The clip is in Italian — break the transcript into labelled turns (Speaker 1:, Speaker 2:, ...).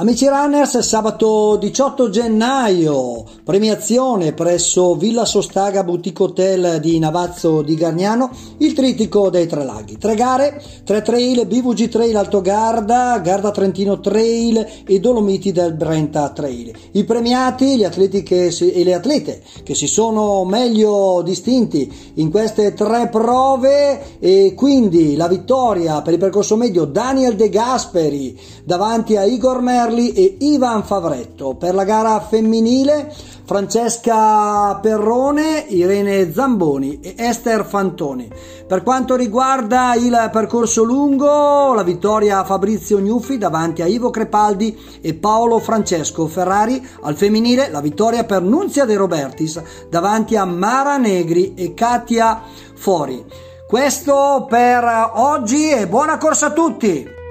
Speaker 1: Amici runners, sabato 18 gennaio, premiazione presso Villa Sostaga Boutique Hotel di Navazzo di Gargnano, il trittico dei Tre Laghi. 3 gare, 3 trail, BVG Trail Alto Garda Trentino Trail e Dolomiti del Brenta Trail. I premiati, gli atleti e le atlete che si sono meglio distinti in queste 3 prove, e quindi la vittoria per il percorso medio Daniel De Gasperi davanti a Igor Merli e Ivan Favretto. Per la gara femminile Francesca Perrone, Irene Zamboni e Esther Fantoni. Per quanto riguarda il percorso lungo, la vittoria Fabrizio Gnuffi davanti a Ivo Crepaldi e Paolo Francesco Ferrari. Al femminile la vittoria per Nunzia De Robertis davanti a Mara Negri e Katia Fori. Questo per oggi e buona corsa a tutti!